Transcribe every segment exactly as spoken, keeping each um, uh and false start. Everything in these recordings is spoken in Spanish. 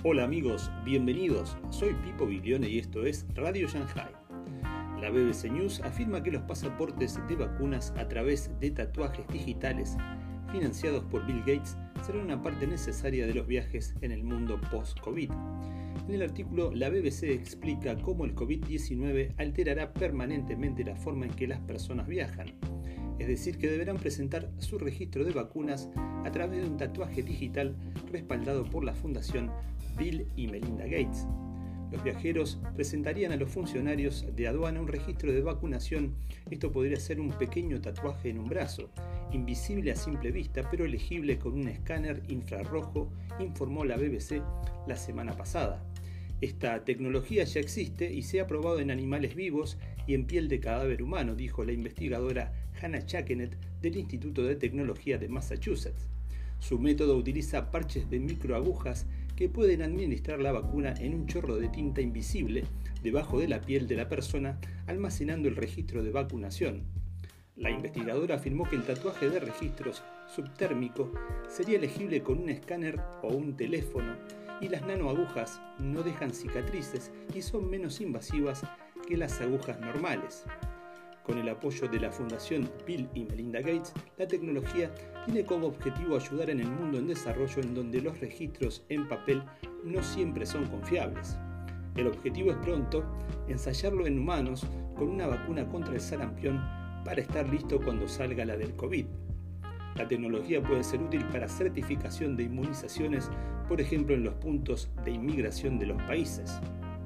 Hola amigos, bienvenidos. Soy Pipo Biglione y esto es Radio Shanghai. La B B C News afirma que los pasaportes de vacunas a través de tatuajes digitales financiados por Bill Gates serán una parte necesaria de los viajes en el mundo post-COVID. En el artículo, la B B C explica cómo el COVID diecinueve alterará permanentemente la forma en que las personas viajan. Es decir, que deberán presentar su registro de vacunas a través de un tatuaje digital respaldado por la Fundación Bill y Melinda Gates. Los viajeros presentarían a los funcionarios de aduana un registro de vacunación. Esto podría ser un pequeño tatuaje en un brazo, invisible a simple vista, pero legible con un escáner infrarrojo, informó la B B C la semana pasada. Esta tecnología ya existe y se ha probado en animales vivos y en piel de cadáver humano, dijo la investigadora Hannah Chakenet del Instituto de Tecnología de Massachusetts. Su método utiliza parches de microagujas que pueden administrar la vacuna en un chorro de tinta invisible debajo de la piel de la persona, almacenando el registro de vacunación. La investigadora afirmó que el tatuaje de registros subtérmico sería legible con un escáner o un teléfono, y las nanoagujas no dejan cicatrices y son menos invasivas que las agujas normales. Con el apoyo de la Fundación Bill y Melinda Gates, la tecnología tiene como objetivo ayudar en el mundo en desarrollo en donde los registros en papel no siempre son confiables. El objetivo es pronto ensayarlo en humanos con una vacuna contra el sarampión para estar listo cuando salga la del COVID. La tecnología puede ser útil para certificación de inmunizaciones, por ejemplo en los puntos de inmigración de los países.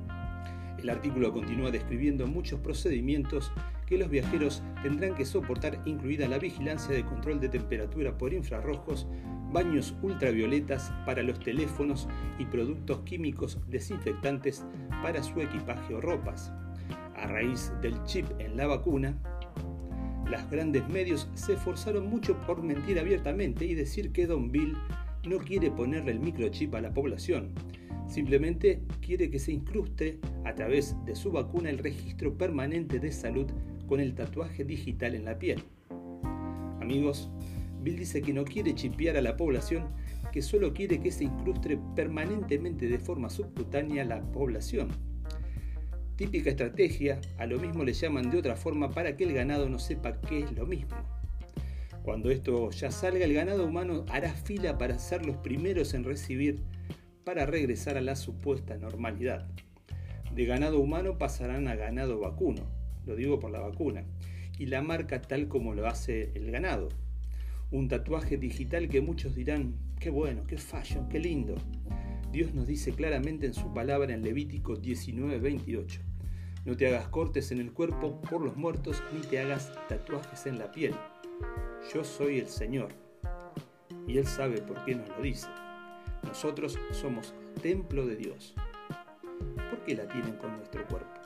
El artículo continúa describiendo muchos procedimientos que los viajeros tendrán que soportar, incluida la vigilancia de control de temperatura por infrarrojos, baños ultravioletas para los teléfonos y productos químicos desinfectantes para su equipaje o ropas. A raíz del chip en la vacuna, los grandes medios se esforzaron mucho por mentir abiertamente y decir que Don Bill no quiere ponerle el microchip a la población. Simplemente quiere que se incruste a través de su vacuna el registro permanente de salud con el tatuaje digital en la piel. Amigos, Bill dice que no quiere chipear a la población, que solo quiere que se incruste permanentemente de forma subcutánea la población. Típica estrategia, a lo mismo le llaman de otra forma para que el ganado no sepa qué es lo mismo. Cuando esto ya salga, el ganado humano hará fila para ser los primeros en recibir para regresar a la supuesta normalidad. De ganado humano pasarán a ganado vacuno, lo digo por la vacuna, y la marca tal como lo hace el ganado. Un tatuaje digital que muchos dirán, qué bueno, qué fashion, qué lindo. Dios nos dice claramente en su palabra en Levítico diecinueve veintiocho, no te hagas cortes en el cuerpo por los muertos, ni te hagas tatuajes en la piel. Yo soy el Señor, y Él sabe por qué nos lo dice. Nosotros somos templo de Dios. ¿Por qué la tienen con nuestro cuerpo?